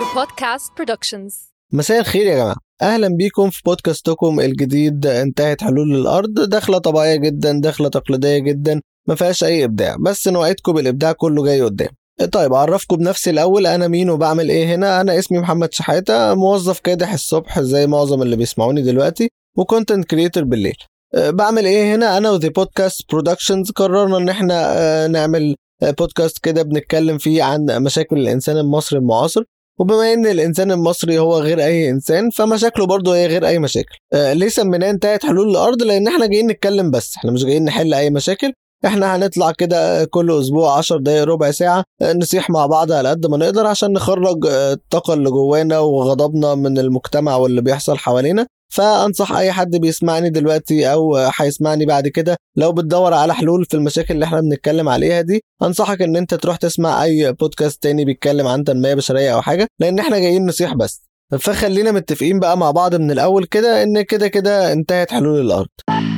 بودكاست برودكشنز. مساء الخير يا جماعة، أهلا بيكم في بودكاستكم الجديد. انتهت حلول الأرض، دخلة طبيعية جدا، دخلة تقليدية جدا، ما فيهاش أي إبداع، بس نوعدكم بالإبداع كله جاي قدام. طيب أعرفكم بنفسي الأول، أنا مين وبعمل إيه هنا. أنا اسمي محمد شحاتة، موظف كادح الصبح زي معظم اللي بيسمعوني دلوقتي، وكونتنت كريتور بالليل. بعمل إيه هنا؟ أنا وذي بودكاست برودكشنز قررنا إن إحنا نعمل بودكاست كده بنتكلم فيه عن مشاكل الإنسان المصري المعاصر. وبما ان الانسان المصري هو غير اي انسان، فمشاكله برضه هي غير اي مشاكل. ليه سميناه انتهت حلول الارض؟ لان احنا جايين نتكلم، بس احنا مش جايين نحل اي مشاكل. احنا هنطلع كده كل اسبوع 10 دقايق ربع ساعة، نصيح مع بعض على قد ما نقدر عشان نخرج الطاقة اللي جوانا وغضبنا من المجتمع واللي بيحصل حوالينا. فأنصح أي حد بيسمعني دلوقتي أو هيسمعني بعد كده، لو بتدور على حلول في المشاكل اللي احنا بنتكلم عليها دي، أنصحك إن أنت تروح تسمع أي بودكاست تاني بيتكلم عن تنمية بشرية أو حاجة، لأن احنا جايين نصيح بس. فخلينا متفقين بقى مع بعض من الأول كده إن كده كده انتهت حلول الأرض.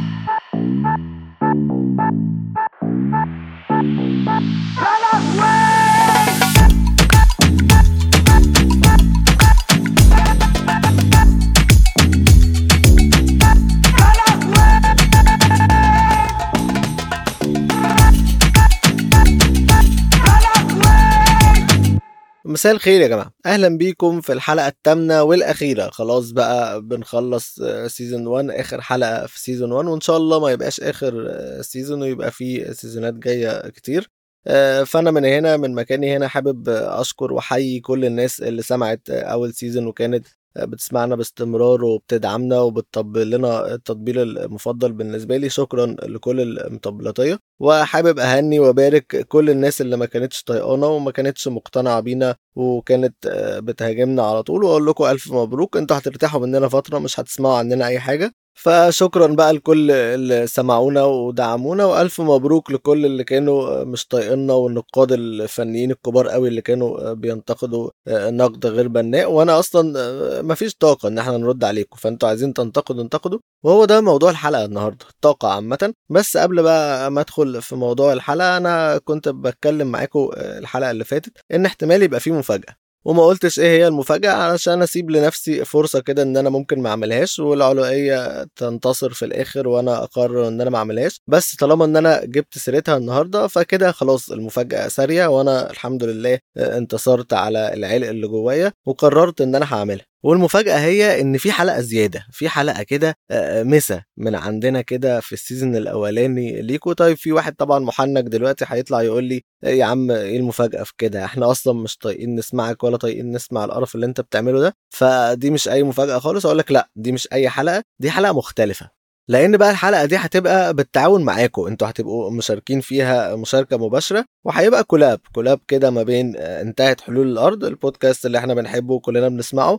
مساء الخير يا جماعة، أهلا بيكم في الحلقة الثامنة والأخيرة. خلاص بقى بنخلص سيزون 1، آخر حلقة في سيزون 1، وإن شاء الله ما يبقاش آخر سيزون ويبقى فيه سيزونات جاية كتير. فأنا من هنا، من مكاني هنا، حابب أشكر وحيي كل الناس اللي سمعت أول سيزون وكانت بتسمعنا باستمرار وبتدعمنا وبتطبل لنا التطبيل المفضل بالنسبة لي. شكرا لكل المطبلاتية، وحابب أهني وبارك كل الناس اللي ما كانتش طيقانا وما كانتش مقتنعة بينا وكانت بتهاجمنا على طول، وأقول لكم ألف مبروك، انتوا هترتاحوا مننا فترة، مش هتسمعوا عننا أي حاجة. فشكرا بقى لكل اللي سمعونا ودعمونا، وألف مبروك لكل اللي كانوا مش طايقنا، والنقاد الفنيين الكبار قوي اللي كانوا بينتقدوا نقد غير بناء. وانا اصلا مفيش طاقة ان احنا نرد عليكم، فانتوا عايزين تنتقدوا انتقدوا، وهو ده موضوع الحلقة النهاردة، الطاقة عامة. بس قبل بقى ما ادخل في موضوع الحلقة، انا كنت بتكلم معاكم الحلقة اللي فاتت ان احتمال يبقى فيه مفاجأة، وما قلتش ايه هي المفاجأة علشان اسيب لنفسي فرصة كده ان انا ممكن ما اعملهاش والعلوية تنتصر في الاخر وانا اقرر ان انا ما اعملهاش. بس طالما ان انا جبت سيرتها النهاردة فكده خلاص، المفاجأة سارية، وانا الحمد لله انتصرت على العلق اللي جوايا وقررت ان انا هعملها. والمفاجأة هي ان في حلقة زيادة، في حلقة كده مسا من عندنا كده في السيزن الاولاني ليكو. طيب في واحد طبعا محنك دلوقتي هيطلع يقول لي يا عم ايه المفاجأة في كده، احنا اصلا مش طايقين نسمعك ولا طايقين نسمع القرف اللي انت بتعمله ده، فدي مش اي مفاجأة خالص. اقول لك لا، دي مش اي حلقة، دي حلقة مختلفة، لان بقى الحلقة دي هتبقى بالتعاون معاكم، انتوا هتبقوا مشاركين فيها مشاركة مباشرة، وهيبقى كولاب كده ما بين انتهت حلول الارض، البودكاست اللي احنا بنحبه وكلنا بنسمعه،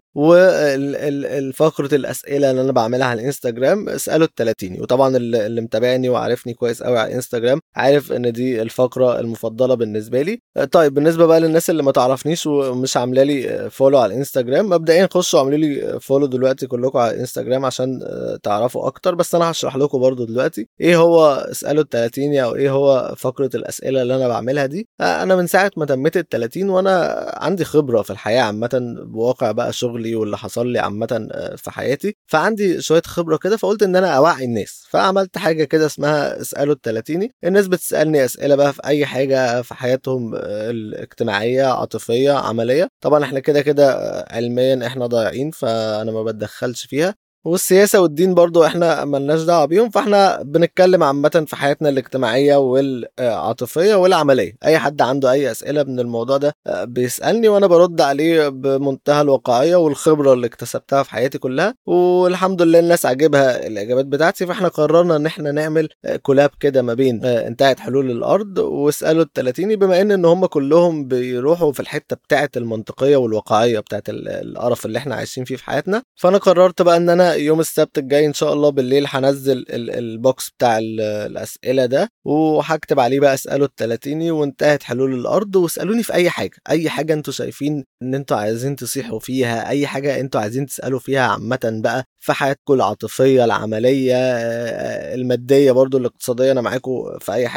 والفقرة الاسئلة اللي انا بعملها على الانستجرام، اسألوا التلاتيني. وطبعا اللي متابعني وعارفني كويس قوي على الانستجرام عارف ان دي الفقرة المفضلة بالنسبة لي. طيب بالنسبة بقى للناس اللي ما تعرفنيش ومش عامله لي فولو على الانستجرام، مبدئيا خشوا اعملوا لي فولو دلوقتي كلكم على الانستجرام عشان تعرفوا اكتر. بس انا هشرح لكم برضو دلوقتي ايه هو اسألوا التلاتيني، او ايه هو فقرة الاسئلة اللي انا بعملها دي. انا من ساعة ما تميت ال30 وانا عندي خبرة في الحياة عامة، بواقع بقى شغلي واللي حصل لي عامة في حياتي، فعندي شوية خبرة كده، فقلت ان انا اوعي الناس، فعملت حاجة كده اسمها اسألوا التلاتيني. الناس بتسألني اسئلة بقى في اي حاجة في حياتهم الاجتماعية، عاطفية، عملية. طبعا احنا كده علميا احنا ضايعين، فانا ما بتدخلش فيها، والسياسة والدين برضو احنا ملناش دعوة بيهم، فاحنا بنتكلم عامة في حياتنا الاجتماعية والعاطفية والعملية. اي حد عنده اي اسئلة من الموضوع ده بيسألني وانا برد عليه بمنتهى الواقعية والخبرة اللي اكتسبتها في حياتي كلها، والحمد لله الناس عجبها الاجابات بتاعتي. فاحنا قررنا ان احنا نعمل كولاب كده ما بين انتهت حلول الارض واسألوا التلاتيني، بما ان هم كلهم بيروحوا في الحتة بتاعت المنطقية والواقعية بتاعت القرف اللي احنا عايشين فيه في حياتنا. فانا قررت بقى ان انا يوم السبت الجاي ان شاء الله بالليل هنزل البوكس بتاع الاسئله ده، وهكتب عليه بقى اسالوا التلاتيني وانتهت حلول الارض. واسالوني في اي حاجه، اي حاجه انتوا شايفين ان انتوا عايزين تصيحوا فيها، اي حاجه انتوا عايزين تسالوا فيها عامه بقى في حياتكم العاطفيه، العمليه، الماديه، برضو الاقتصاديه، انا معاكم في اي حاجه.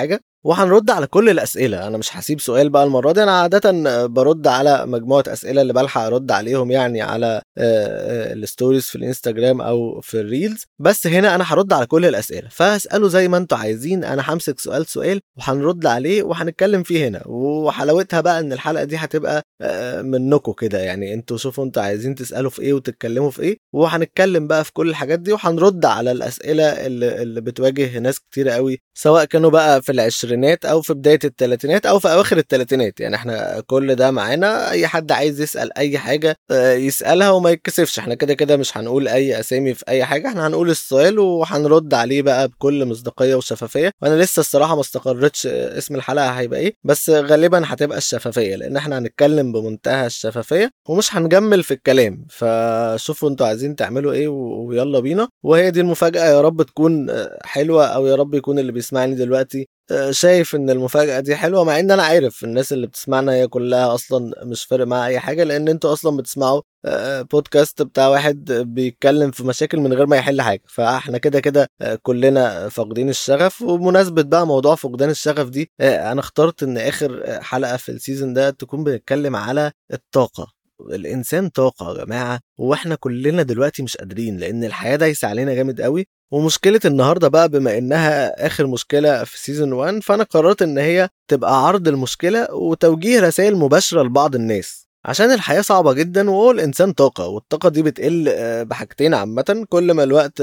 وهنرد على كل الأسئلة. أنا مش هسيب سؤال بقى المرة دي، أنا عادة برد على مجموعة أسئلة اللي بلحق أرد عليهم يعني على الستوريز في الانستجرام أو في الريلز، بس هنا أنا هرد على كل الأسئلة، فاسألوا زي ما انتوا عايزين. أنا همسك سؤال وهنرد عليه وهنتكلم فيه هنا. وحلاوتها بقى إن الحلقة دي هتبقى منكم كده، يعني انتوا شوفوا انتوا عايزين تسألوا في ايه وتتكلموا في ايه، وهنتكلم بقى في كل الحاجات دي، وهنرد على الأسئلة اللي بتواجه ناس كتير قوي، سواء كانوا بقى في العشرينات او في بداية الثلاثينات او في اواخر الثلاثينات. يعني احنا كل ده معانا، اي حد عايز يسأل اي حاجة يسألها وما يتكسفش. احنا كده كده مش هنقول اي اسامي في اي حاجة، احنا هنقول السؤال وهنرد عليه بقى بكل مصداقية وشفافية. وانا لسه الصراحة ما استقرتش اسم الحلقة هيبقى ايه، بس غالبا هتبقى الشفافية، لان احنا هنتكلم بمنتهى الشفافية ومش هنجمل في الكلام. فشوفوا انتوا عايزين تعملوا ايه ويلا بينا. وهي دي المفاجأة، يا رب تكون حلوة، او يا رب يكون اللي بيسمعني دلوقتي شايف ان المفاجأة دي حلوة، مع ان انا عارف الناس اللي بتسمعنا هي كلها اصلا مش فارق معاها اي حاجة، لان انتوا اصلا بتسمعوا بودكاست بتاع واحد بيتكلم في مشاكل من غير ما يحل حاجة. فاحنا كده كده كلنا فاقدين الشغف. وبمناسبة بقى موضوع فقدان الشغف دي، انا اخترت ان اخر حلقة في السيزون ده تكون بنتكلم على الطاقة. الانسان طاقة يا جماعة، واحنا كلنا دلوقتي مش قادرين، لان الحياة دايسة علينا جامد قوي. ومشكلة النهاردة بقى بما انها اخر مشكلة في سيزون 1، فانا قررت ان هي تبقى عرض المشكلة وتوجيه رسائل مباشرة لبعض الناس، عشان الحياة صعبة جدا وهو الإنسان طاقة، والطاقة دي بتقل بحاجتين عامة. كل ما الوقت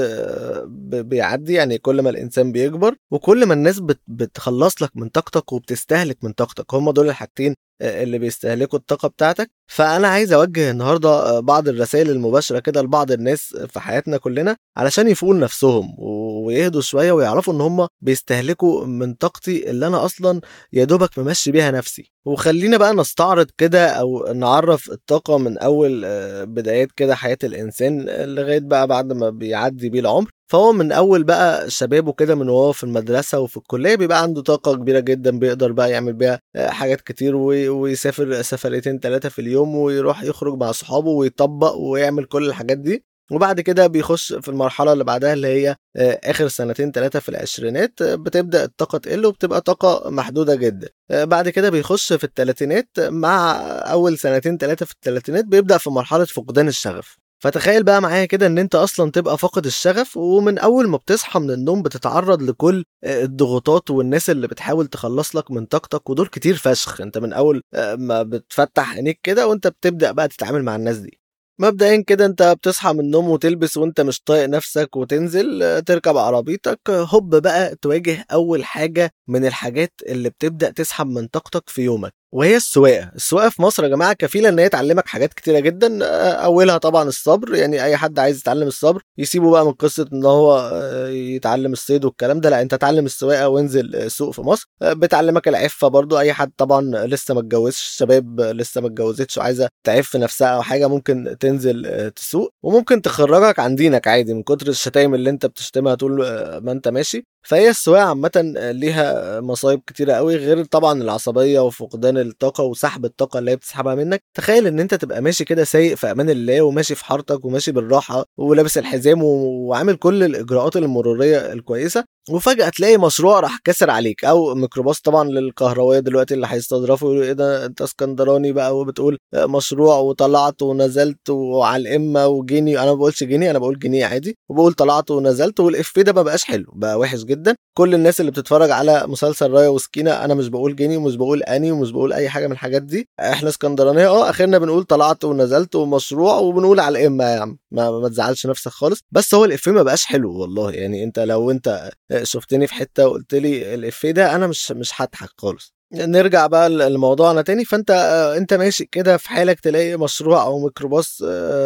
بيعدي، يعني كل ما الإنسان بيكبر، وكل ما الناس بتخلص لك من طاقتك وبتستهلك من طاقتك. هم دول الحاجتين اللي بيستهلكوا الطاقة بتاعتك. فأنا عايز أوجه النهاردة بعض الرسائل المباشرة كده لبعض الناس في حياتنا كلنا، علشان يفوقوا نفسهم ويهدوا شوية ويعرفوا إن هم بيستهلكوا من طاقتي اللي أنا أصلا يا دوبك ممشي بيها نفسي. وخلينا بقى نستعرض كده أو نعرف الطاقة من أول بدايات كده حياة الإنسان لغاية بقى بعد ما بيعدي بيه العمر. فهو من اول بقى شبابه كده، من وهو في المدرسه وفي الكليه، بيبقى عنده طاقه كبيره جدا بيقدر بقى يعمل بيها حاجات كتير، ويسافر سفريتين 3 في اليوم، ويروح يخرج مع صحابه ويطبق ويعمل كل الحاجات دي. وبعد كده بيخش في المرحلة اللي بعدها اللي هي آخر 2-3 في العشرينات، بتبدأ الطاقة تقل وبتبقى طاقة محدودة جدا. بعد كده بيخش في الثلاثينات، مع أول 2-3 في الثلاثينات بيبدأ في مرحلة فقدان الشغف. فتخيل بقى معايا كده ان انت اصلا تبقى فاقد الشغف، ومن اول ما بتصحى من النوم بتتعرض لكل الضغوطات والناس اللي بتحاول تخلص لك من طاقتك، ودول كتير فشخ. انت من اول ما بتفتح عينيك كده وانت بتبدأ بقى تتعامل مع الناس دي. مبدئيا كده انت بتصحى من النوم وتلبس وانت مش طايق نفسك، وتنزل تركب عربيتك، هوب بقى تواجه اول حاجة من الحاجات اللي بتبدأ تسحب من طاقتك في يومك، وهي السواقة في مصر يا جماعة كفيلة ان هي تعلمك حاجات كتيرة جدا. اولها طبعا الصبر. يعني اي حد عايز يتعلم الصبر يسيبه بقى من قصة ان هو يتعلم الصيد والكلام ده، لا انت تعلم السواقة وانزل سوق في مصر. بتعلمك العفة برضو. اي حد طبعا لسه ما اتجوزش، شباب لسه ما اتجوزتش وعايزة تعف نفسها او حاجة، ممكن تنزل تسوق، وممكن تخرجك عن دينك عادي من كتر الشتايم اللي انت بتشتمها طول ما انت ماشي. فهي السواقة عامة ليها مصايب كتيرة قوي، غير طبعا العصبية وفقدان الطاقة وسحب الطاقة اللي هي بتسحبها منك. تخيل ان انت تبقى ماشي كده سايق في امان الله، وماشي في حارتك وماشي بالراحة ولابس الحزام وعامل كل الاجراءات المرورية الكويسة، وفجأة تلاقي مشروع راح كسر عليك، او ميكروباص طبعا للكهربائية دلوقتي اللي هيستظرفوا يقولوا ايه ده انت اسكندراني بقى وبتقول مشروع وطلعت ونزلت وعلى الامه وجيني. انا ما بقولش جيني، انا بقول جنيه عادي، وبقول طلعت ونزلت. والافيه ده ما بقاش حلو، بقى وحش جدا. كل الناس اللي بتتفرج على مسلسل رايا وسكينة، انا مش بقول جيني ومش بقول اني ومش بقول اي حاجه من الحاجات دي. احنا اسكندرانيه اخرنا بنقول طلعت ونزلت ومشروع وبنقول على الامه. يا عم ما تزعلش نفسك خالص، بس هو الافيه ما بقاش حلو والله. يعني انت لو انت شفتني في حته وقلت لي الافيه ده، انا مش هضحك خالص. نرجع بقى لموضوعنا تاني. فانت انت ماشي كده في حالك، تلاقي مشروع او ميكروباص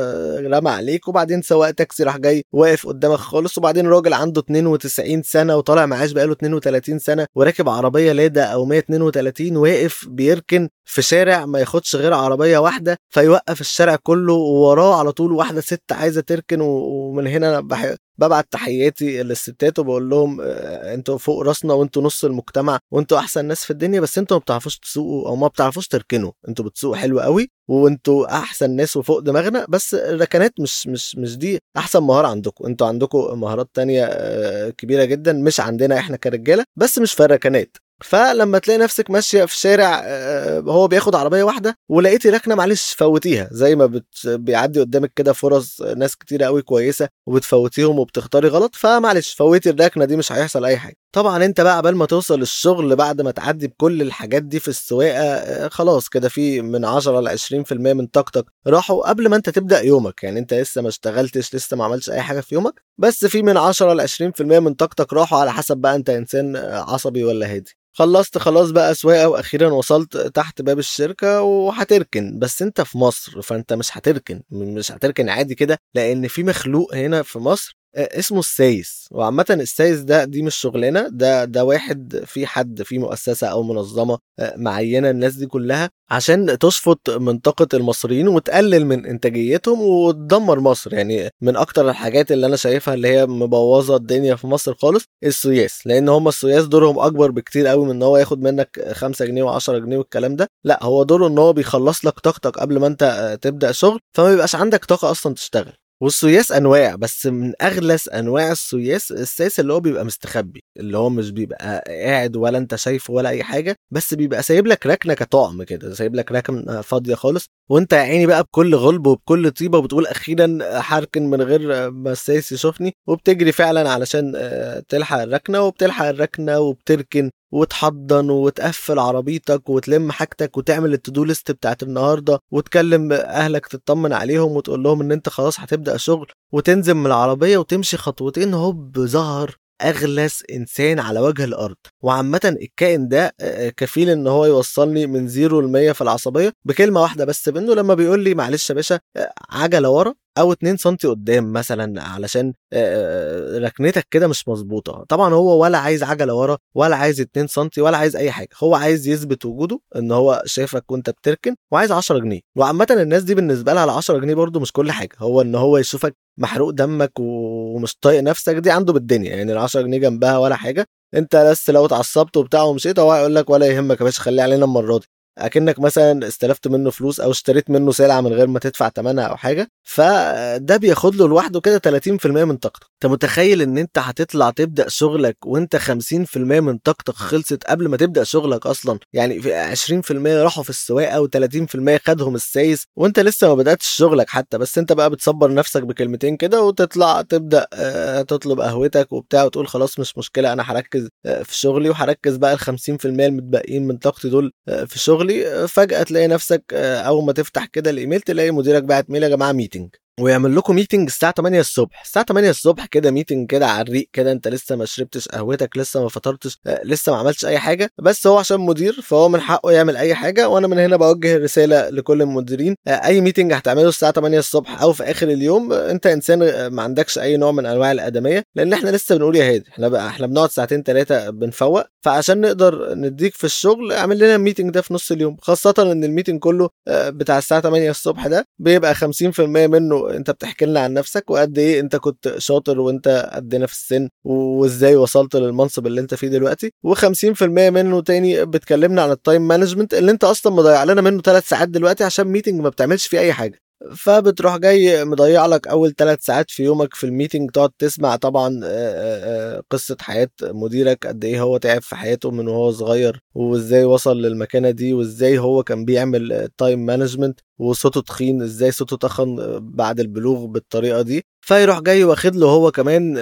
رمى عليك، وبعدين سواق تاكسي راح جاي واقف قدامك خالص، وبعدين راجل عنده 92 سنه وطالع معاش بقاله 32 سنه وراكب عربيه لادا او 132، واقف بيركن في شارع ما ياخدش غير عربيه واحده، فيوقف الشارع كله، ووراه على طول واحده ست عايزه تركن. ومن هنا ببعت تحياتي للستات وبقول لهم انتوا فوق راسنا، وانتوا نص المجتمع، وانتوا احسن ناس في الدنيا، بس انتوا ما بتعرفوش تسوقوا او ما بتعرفوش تركنوا. انتوا بتسوقوا حلو قوي، وانتوا احسن ناس وفوق دماغنا، بس الركنات مش دي احسن مهارة عندكم. انتوا عندكم مهارات تانية كبيرة جدا مش عندنا احنا كرجالة، بس مش في الركنات. فلما تلاقي نفسك ماشيه في شارع هو بياخد عربيه واحده ولقيتي ركنه معلش فوتيها، زي ما بيعدي قدامك كده فرص ناس كتيره قوي كويسه وبتفوتيهم وبتختاري غلط، فمعلش فوتي الركنه دي مش هيحصل اي حاجه. طبعا انت بقى قبل ما توصل الشغل بعد ما تعدي بكل الحاجات دي في السواقه خلاص كده في من 10 ل 20% من طاقتك راحوا قبل ما انت تبدا يومك. يعني انت لسه ما اشتغلتش، لسه ما عملتش اي حاجه في يومك، بس في من 10 ل 20% من طاقتك راحوا، على حسب بقى انت انسان عصبي ولا هادي. خلصت خلاص بقى سواقة واخيرا وصلت تحت باب الشركة وهتركن، بس انت في مصر فانت مش هتركن عادي كده، لان في مخلوق هنا في مصر اسمه السايس. وعامة السايس دي مش شغلانة، ده واحد في حد في مؤسسة او منظمة معينة الناس دي كلها عشان تشفط من طاقة المصريين وتقلل من انتاجيتهم وتدمر مصر. يعني من اكتر الحاجات اللي انا شايفها اللي هي مبوظة الدنيا في مصر خالص السياس، لان هم السياس دورهم اكبر بكتير قوي من ان هو ياخد منك 5 جنيه و10 جنيه والكلام ده. لا، هو دوره ان هو بيخلص لك طاقتك قبل ما انت تبدأ شغل، فما بيبقاش عندك طاقة اصلا تشتغل. والسياس انواع، بس من اغلس انواع السياس السياس اللي هو بيبقى مستخبي، اللي هو مش بيبقى قاعد ولا انت شايفه ولا اي حاجه، بس بيبقى سايب لك ركنه كطعم كده، سايب لك ركنه فاضيه خالص، وانت يا عيني بقى بكل غلب وبكل طيبه وبتقول اخيرا هركن من غير ما السيس يشوفني، وبتجري فعلا علشان تلحق الركنه، وبتلحق الركنه وبتركن وتحضن وتقفل عربيتك وتلم حاجتك وتعمل التودو ليست بتاعت النهارده وتكلم اهلك تطمن عليهم وتقول لهم ان انت خلاص هتبدا شغل، وتنزل من العربيه وتمشي خطوتين هوب ظهر اغلس انسان على وجه الارض. وعامه الكائن ده كفيل ان هو يوصلني من 0 ل 100 في العصبيه بكلمه واحده بس منه، لما بيقول لي معلش يا باشا عجله ورا او 2 سنتي قدام مثلا علشان ركنتك كده مش مظبوطه. طبعا هو ولا عايز عجله ورا ولا عايز 2 سنتي ولا عايز اي حاجه، هو عايز يثبت وجوده ان هو شايفك وانت بتركن وعايز 10 جنيه. وعامه الناس دي بالنسبه لها ال 10 جنيه برده مش كل حاجه، هو ان هو يشوفك محروق دمك ومش طايق نفسك دي عنده بالدنيا، يعني ال 10 جنيه جنبها ولا حاجه. انت بس لو اتعصبت وبتاع ومشيت هو هيقول لك ولا يهمك يا باشا خليه علينا المره دي، اكنك مثلا استلفت منه فلوس او اشتريت منه سلعه من غير ما تدفع ثمنها او حاجه. فده بياخد له لوحده كده 30% من طاقتك. انت متخيل ان انت هتطلع تبدا شغلك وانت 50% من طاقتك خلصت قبل ما تبدا شغلك اصلا؟ يعني في 20% راحوا في السواقه و30% خدهم السايس وانت لسه ما بداتش شغلك حتى، بس انت بقى بتصبر نفسك بكلمتين كده وتطلع تبدا تطلب قهوتك وبتاع وتقول خلاص مش مشكله انا هركز في شغلي وهركز بقى ال 50% المتبقيين من طاقتي دول في شغلي. فجأة تلاقي نفسك أول ما تفتح كده الإيميل تلاقي مديرك باعت ميل يا جماعة ميتنج، ويعمل لكم ميتنج الساعه 8 الصبح. الساعه 8 الصبح كده ميتنج كده على الريق كده، انت لسه ما شربتش قهوتك، لسه ما فطرتش، لسه ما عملتش اي حاجه، بس هو عشان مدير فهو من حقه يعمل اي حاجه. وانا من هنا بوجه رساله لكل المديرين، اي ميتنج هتعمله الساعه 8 الصبح او في اخر اليوم انت انسان ما عندكش اي نوع من انواع الادميه، لان احنا لسه بنقول يا هادي، احنا بنقعد ساعتين 3 بنفوق، فعشان نقدر نديك في الشغل اعمل لنا الميتنج ده في نص اليوم، خاصه ان الميتنج كله بتاع الساعه 8 الصبح ده بيبقى 50% منه انت بتحكي لنا عن نفسك وقد ايه انت كنت شاطر وانت قدنا في السن وازاي وصلت للمنصب اللي انت فيه دلوقتي، و50% منه تاني بتكلمنا عن التايم مانجمنت اللي انت اصلا مضيع لنا منه 3 ساعات دلوقتي عشان ميتنج ما بتعملش فيه اي حاجه. فبتروح جاي مضيع لك اول 3 ساعات في يومك في الميتنج تقعد تسمع طبعا قصة حياة مديرك، قد ايه هو تعب في حياته من وهو صغير وازاي وصل للمكانة دي وازاي هو كان بيعمل تايم مانجمنت وصوته تخين، ازاي صوته تخن بعد البلوغ بالطريقة دي. فيروح جاي واخد له هو كمان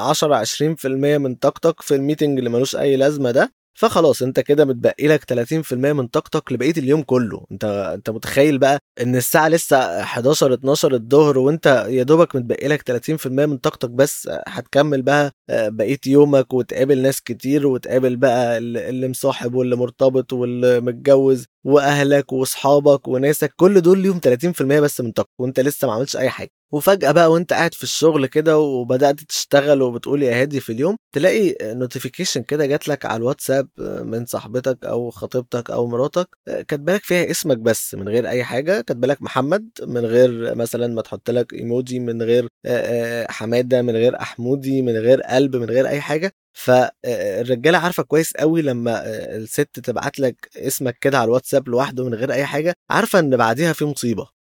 10-20% من طاقتك في الميتنج اللي ملوش اي لازمة ده. فخلاص انت كده متبقي لك 30% من طاقتك لبقيه اليوم كله. انت متخيل بقى ان الساعه لسه 11 12 الظهر وانت يا دوبك متبقي لك 30% من طاقتك بس، هتكمل بقى بقيه يومك وتقابل ناس كتير وتقابل بقى اللي مصاحب واللي مرتبط واللي متجوز واهلك واصحابك وناسك، كل دول ليهم 30% بس من طاقتك وانت لسه ما عملتش اي حاجه. وفجأة بقى وانت قاعد في الشغل كده وبدأت تشتغل وبتقول يا هادي في اليوم، تلاقي نوتيفيكيشن كده جات لك على الواتساب من صاحبتك او خطيبتك او مراتك، كاتبالك فيها اسمك بس من غير اي حاجة، كاتبالك محمد من غير مثلا ما تحط لك ايموجي، من غير حمادة، من غير احمودي، من غير قلب، من غير اي حاجة. فالرجاله عارفه كويس قوي لما الست تبعت لك اسمك كده على الواتساب لوحده من غير اي حاجه، عارفه ان بعديها في مصيبه.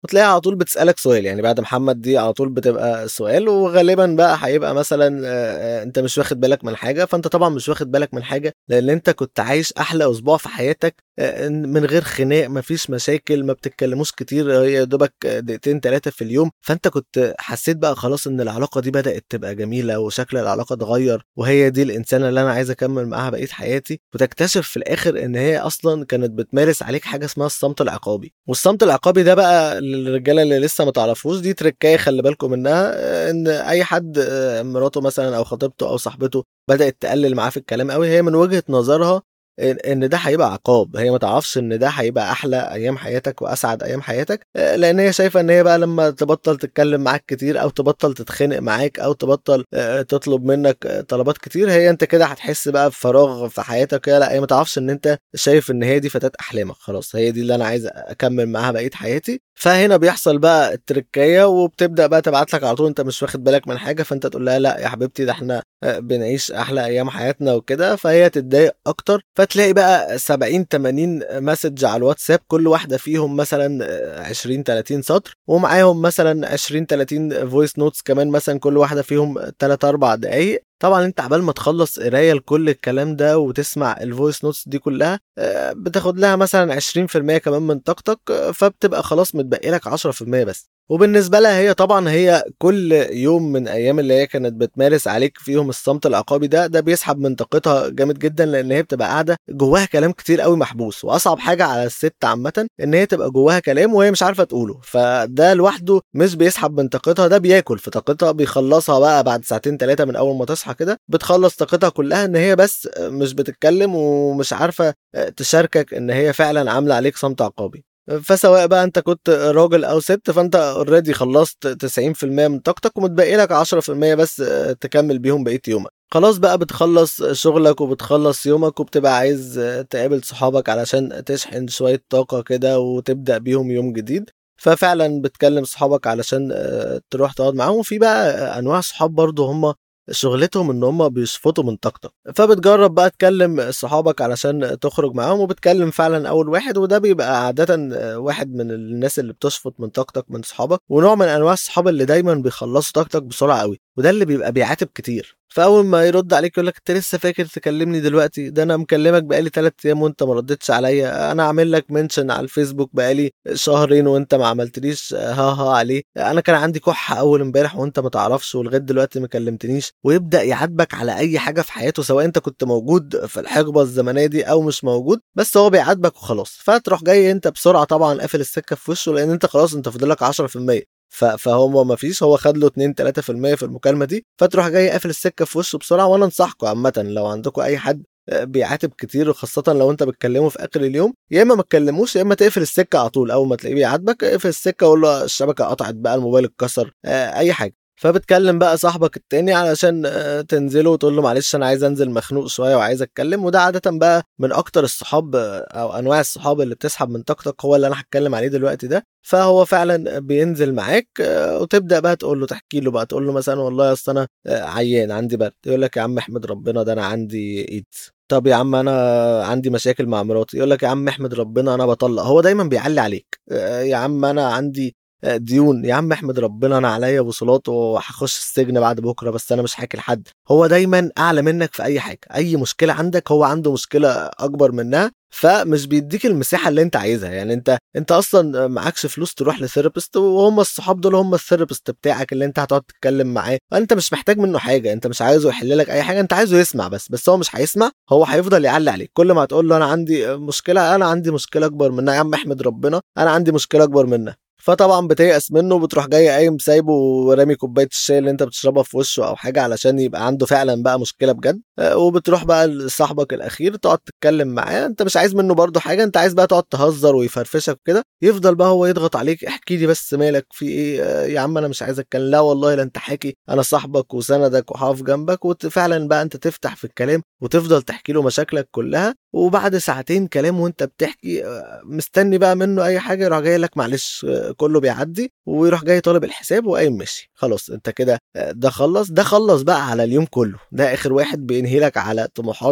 وتلاقيها على طول بتسالك سؤال، يعني بعد محمد دي على طول بتبقى سؤال، وغالبا بقى هيبقى مثلا انت مش واخد بالك من حاجه. فانت طبعا مش واخد بالك من حاجه لان انت كنت عايش احلى اسبوع في حياتك من غير خناق، مفيش مشاكل، ما بتتكلموش كتير، هي دوبك دقيقتين 3 في اليوم. فانت كنت حسيت بقى خلاص ان العلاقه دي بدات تبقى جميله وشكل العلاقه اتغير، وهي دي الانسانه اللي انا عايز اكمل معاها بقيه حياتي. وتكتشف في الاخر ان هي اصلا كانت بتمارس عليك حاجه اسمها الصمت العقابي. والصمت العقابي ده بقى للرجاله اللي لسه ما تعرفوش، دي تركايه خلي بالكم منها. ان اي حد مراته مثلا او خطيبته او صاحبته بدات تقلل معاه في الكلام قوي، هي من وجهه نظرها ان ده هيبقى عقاب. هي ما تعرفش ان ده هيبقى احلى ايام حياتك واسعد ايام حياتك، لان هي شايفه ان هي بقى لما تبطل تتكلم معاك كتير او تبطل تتخانق معاك او تبطل تطلب منك طلبات كتير، هي انت كده هتحس بقى بفراغ في حياتك. لا، هي ما تعرفش ان انت شايف ان هي دي فتاة احلامك، خلاص هي دي اللي انا عايز اكمل معاها بقيه حياتي. فهنا بيحصل بقى التركايه، وبتبدا بقى تبعت لك على طول انت مش واخد بالك من حاجه، فانت تقول لها لا يا حبيبتي ده احنا بنعيش احلى ايام حياتنا وكده، فهي تتضايق اكتر. فتلاقي بقى 70 80 مسج على الواتساب، كل واحده فيهم مثلا 20 30 سطر، ومعاهم مثلا 20 30 فويس نوتس كمان، مثلا كل واحده فيهم 3 4 دقايق. طبعا انت عبال ما تخلص قرايه لكل الكلام ده وتسمع الفويس نوتس دي كلها بتاخد لها مثلا 20% كمان من طاقتك، فبتبقى خلاص متبقي لك 10% بس. وبالنسبة لها هي طبعا هي كل يوم من ايام اللي هي كانت بتمارس عليك فيهم الصمت العقابي ده بيسحب من طاقتها جامد جدا، لان هي بتبقى قاعدة جواها كلام كتير قوي محبوس. واصعب حاجة على الست عامة ان هي تبقى جواها كلام وهي مش عارفة تقوله، فده لوحده مش بيسحب من طاقتها، ده بياكل في طاقتها، بيخلصها بقى بعد ساعتين 3 من اول ما تصحى كده، بتخلص طاقتها كلها ان هي بس مش بتتكلم ومش عارفة تشاركك ان هي فعلا عاملة عليك صمت عقابي. فسواء بقى انت كنت راجل او ست، فانت اوريدي خلصت 90% من طاقتك ومتبقي لك 10% بس تكمل بيهم بقية يومك. خلاص بقى بتخلص شغلك وبتخلص يومك وبتبقى عايز تقابل صحابك علشان تشحن شوية طاقة كده وتبدأ بيهم يوم جديد. ففعلا بتكلم صحابك علشان تروح تقعد معاهم. وفي بقى انواع صحاب برضو هم شغلتهم ان هم بيشفطوا من طاقتك، فبتجرب بقى تكلم صحابك علشان تخرج معاهم، وبتكلم فعلا اول واحد، وده بيبقى عادة واحد من الناس اللي بتشفط من طاقتك من صحابك. ونوع من انواع الصحاب اللي دايما بيخلصوا طاقتك بسرعة قوي، وده اللي بيبقى بيعاتب كتير. فاول ما يرد عليك يقول لك انت لسه فاكر تكلمني دلوقتي؟ ده انا مكلمك بقالي 3 ايام وانت ما ردتش عليا، انا عامل لك منشن على الفيسبوك بقالي شهرين وانت ما عملتليش ها عليه، انا كان عندي كحة اول امبارح وانت ما تعرفش ولغايه دلوقتي ما كلمتنيش. ويبدا يعاتبك على اي حاجه في حياته، سواء انت كنت موجود في الحقبه الزمنيه دي او مش موجود، بس هو بيعاتبك وخلاص. فتروح جاي انت بسرعه طبعا قافل السكه في وشه، لان انت خلاص انت فاضل لك 10%، فهو ما فيش، هو خد له 2 3% في المكالمه دي، فتروح جاي قافل السكه في وشه بسرعه. وانا انصحكم عامه لو عندكم اي حد بيعاتب كتير، وخاصة لو انت بتكلمه في اخر اليوم، يا اما ما تكلموش يا اما تقفل السكة على طول. اول ما تلاقيه بيعاتبك اقفل السكة وقول له الشبكة قطعت بقى، الموبايل اتكسر، اي حاجة. فبتكلم بقى صاحبك التاني علشان تنزله وتقول له معلش انا عايز انزل مخنوق شويه وعايز اتكلم. وده عاده بقى من اكتر الصحاب او انواع الصحاب اللي بتسحب من طاقتك، هو اللي انا هتكلم عليه دلوقتي ده. فهو فعلا بينزل معاك وتبدا بقى تقول له، تحكي له بقى، تقول له مثلا والله اصل انا عيان عندي برد، يقول لك يا عم احمد ربنا ده انا عندي ايدز. طب يا عم انا عندي مشاكل مع مراتي، يقول لك يا عم احمد ربنا انا بطلق. هو دايما بيعلي عليك. يا عم انا عندي ديون، يا عم احمد ربنا انا عليا وصولات وهخش السجن بعد بكره بس انا مش حاكي لحد. هو دايما اعلى منك في اي حاجه، اي مشكله عندك هو عنده مشكله اكبر منها، فمش بيديك المساحه اللي انت عايزها. يعني انت اصلا معكش فلوس تروح لثيرابيست، وهم الصحاب دول هم الثيرابيست بتاعك اللي انت هتقعد تتكلم معاه. انت مش محتاج منه حاجه، انت مش عايزه يحل لك اي حاجه، انت عايزه يسمع بس هو مش هيسمع. هو هيفضل يعلي عليك كل ما تقول له انا عندي مشكله، انا عندي مشكله اكبر منها، يا عم احمد ربنا انا عندي مشكله اكبر منها. فطبعا بتيأس منه وبتروح جاي قايم سايبه ورامي كوبايه الشاي اللي انت بتشربها في وشه او حاجه علشان يبقى عنده فعلا بقى مشكله بجد. وبتروح بقى لصاحبك الاخير تقعد تتكلم معاه، انت مش عايز منه برضه حاجه، انت عايز بقى تقعد تهزر ويفرفشك كده. يفضل بقى هو يضغط عليك، احكي لي بس مالك في ايه يا عم انا مش عايز اتكلم. لا والله لا انت حاكي، انا صاحبك وسندك وهقف جنبك. وفعلا بقى انت تفتح في الكلام وتفضل تحكي له مشاكلك كلها. وبعد ساعتين كلام وانت بتحكي مستني بقى منه اي حاجه، يروح جاي لك معلش كله بيعدي، ويروح جاي طالب الحساب وقايم ماشي. خلاص انت كده ده خلص بقى على اليوم كله. ده اخر واحد بينهي لك على طموحاتك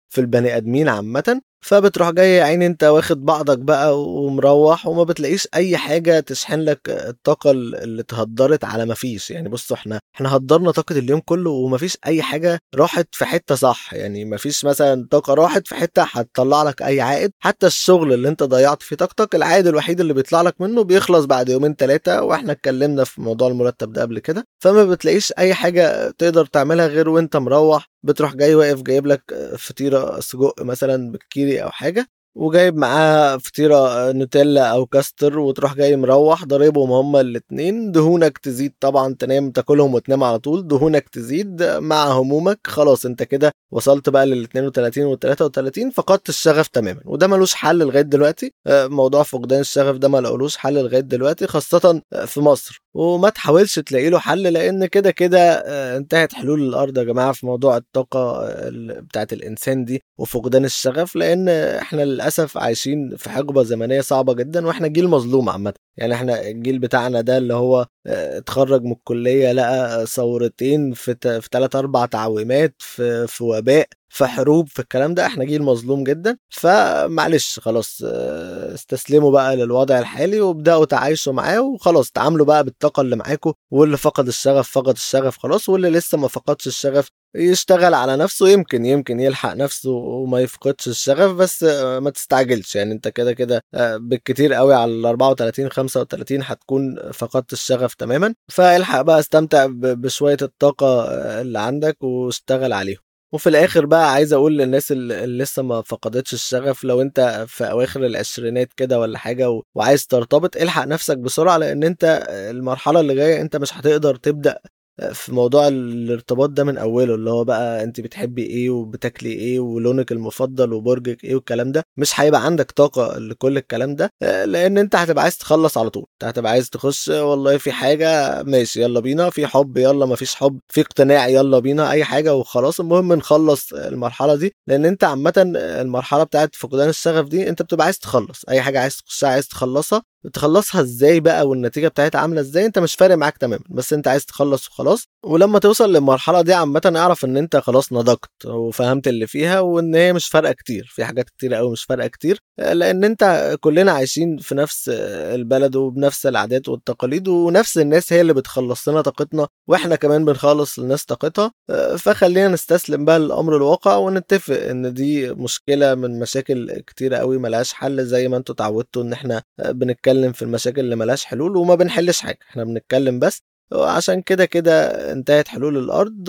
في البني ادمين عامه. فبتروح جاي يا عيني انت واخد بعضك بقى ومروح، وما بتلاقيش اي حاجه تشحن لك الطاقه اللي اتهدرت على ما فيش. يعني بصوا احنا هدرنا طاقه اليوم كله وما فيش اي حاجه راحت في حته صح. يعني ما فيش مثلا طاقه راحت في حته هتطلع لك اي عائد. حتى الشغل اللي انت ضيعت فيه طاقتك، العائد الوحيد اللي بيطلع لك منه بيخلص بعد يومين 3، واحنا اتكلمنا في موضوع المرتب ده قبل كده. فما بتلاقيش اي حاجه تقدر تعملها غير وانت مروح بتروح جاي واقف جايب لك فطيره سجق مثلا بالكيري او حاجه، وجايب معاها فطيرة نوتيلا أو كاستر، وتروح جاي مروح ضاربهم هما الاتنين. دهونك تزيد طبعا، تنام تاكلهم وتنام على طول، دهونك تزيد مع همومك. خلاص انت كده وصلت بقى لل 32 وال 33، فقدت الشغف تماما. وده ملوش حل لغاية دلوقتي. موضوع فقدان الشغف ده ملقولوش حل لغاية دلوقتي، خاصة في مصر. وما تحاولش تلاقي له حل، لأن كده كده انتهت حلول الأرض يا جماعة في موضوع الطاقة بتاعت الإنسان دي وفقدان الشغف. لأن احنا للأسف عايشين في حقبة زمنية صعبة جدا، واحنا جيل مظلوم عامة. يعني احنا الجيل بتاعنا ده اللي هو اتخرج من الكلية لقى ثورتين في 3-4 تعويمات في وباء في حروب في الكلام ده. احنا جيل مظلوم جدا. فمعلش خلاص استسلموا بقى للوضع الحالي وابدأوا تعايشوا معاه، وخلاص تعاملوا بقى بالطاقة اللي معاكم. واللي فقد الشغف فقد الشغف خلاص، واللي لسه ما فقدش الشغف يشتغل على نفسه. يمكن يلحق نفسه وما يفقدش الشغف. بس ما تستعجلش. يعني انت كده كده بالكتير قوي على ال 34 35 هتكون فقدت الشغف تماما. فالحق بقى استمتع بشوية الطاقة اللي عندك واشتغل عليهم. وفي الاخر بقى عايز اقول للناس اللي لسه ما فقدتش الشغف، لو انت في اواخر العشرينات كده ولا حاجة وعايز ترتبط، الحق نفسك بسرعة. لان انت المرحلة اللي جاية انت مش هتقدر تبدأ في موضوع الارتباط ده من اوله، اللي هو بقى انت بتحبي ايه وبتاكلي ايه ولونك المفضل وبرجك ايه والكلام ده. مش هيبقى عندك طاقة لكل الكلام ده، لان انت هتبقى عايز تخلص على طول. انت هتبقى عايز تخش والله في حاجة ماشي يلا بينا، في حب يلا، ما فيش حب في اقتناع يلا بينا، اي حاجة وخلاص. المهم نخلص المرحلة دي. لان انت عامة المرحلة بتاعت فقدان الشغف دي انت بتبقى عايز تخلص اي حاجة، عايز تخشها عايز تخلصها ازاي بقى والنتيجة بتاعتها عاملة ازاي انت مش فارق معاك تماما، بس انت عايز تخلص وخلاص. ولما توصل للمرحلة دي عامة اعرف ان انت خلاص نضجت وفهمت اللي فيها، وان هي مش فارقة كتير في حاجات كتير قوي، مش فارقة كتير. لان انت كلنا عايشين في نفس البلد وبنفس العادات والتقاليد، ونفس الناس هي اللي بتخلص لنا طاقتنا، واحنا كمان بنخلص للناس طاقتها. فخلينا نستسلم بقى للامر الواقع ونتفق ان دي مشكلة من مشاكل كتير قوي ملهاش حل. زي ما انتوا تعودتوا ان احنا بنتكلم في المشاكل اللي ملهاش حلول وما بنحلش حاجة، احنا بنتكلم بس. عشان كده انتهت حلول الأرض.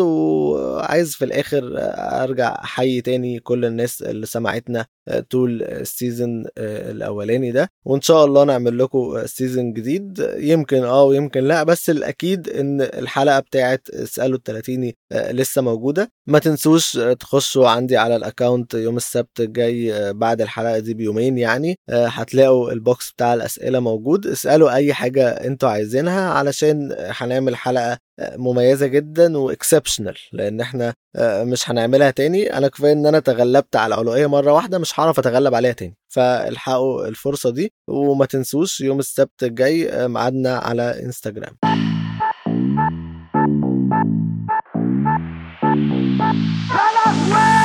وعايز في الآخر أرجع أحيي تاني كل الناس اللي سمعتنا طول السيزن الأولاني ده، وإن شاء الله نعمل لكم سيزن جديد. يمكن ويمكن لا، بس الأكيد إن الحلقة بتاعت اسألوا التلاتيني لسه موجودة. ما تنسوش تخشوا عندي على الأكاونت يوم السبت الجاي بعد الحلقة دي بيومين. يعني هتلاقوا البوكس بتاع الأسئلة موجود، اسألوا أي حاجة انتوا عايزينها علشان هنعمل حلقة مميزة جدا واكسبشنال. لان احنا مش هنعملها تاني. انا كفاية ان انا تغلبت على العلوية مرة واحدة، مش هعرف اتغلب عليها تاني. فالحقوا الفرصة دي. وما تنسوش يوم السبت الجاي ميعادنا على انستجرام. خلاص